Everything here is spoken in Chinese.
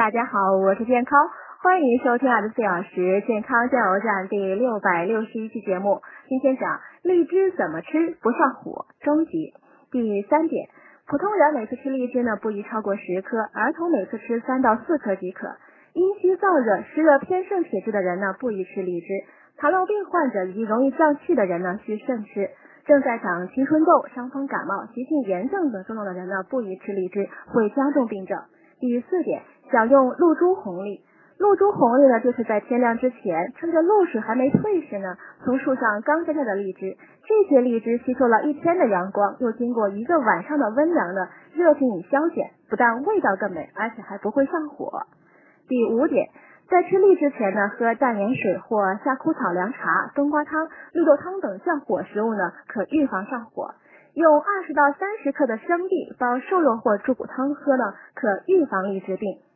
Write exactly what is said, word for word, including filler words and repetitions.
大家好，我是健康，欢迎收听二十四小时健康加油站第六百六十一期节目。今天讲荔枝怎么吃不上火终极。第三点，普通人每次吃荔枝呢不宜超过十颗，儿童每次吃三到四颗即可。阴虚燥热、湿热偏盛体质的人呢不宜吃荔枝，糖尿病患者以及容易胀气的人呢需慎吃。正在长青春痘、伤风感冒、急性炎症等症状的人呢不宜吃荔枝，会加重病症。第四点，享用露珠红利。露珠红利呢，就是在天亮之前，趁着露水还没退时呢，从树上刚摘下的荔枝。这些荔枝吸收了一天的阳光，又经过一个晚上的温凉呢，热性已消减，不但味道更美，而且还不会上火。第五点，在吃荔枝前呢，喝淡盐水或夏枯草凉茶、冬瓜汤、绿豆汤等降火食物呢，可预防上火。用二十到三十克的生地煲瘦肉或猪骨汤喝呢，可预防荔枝病。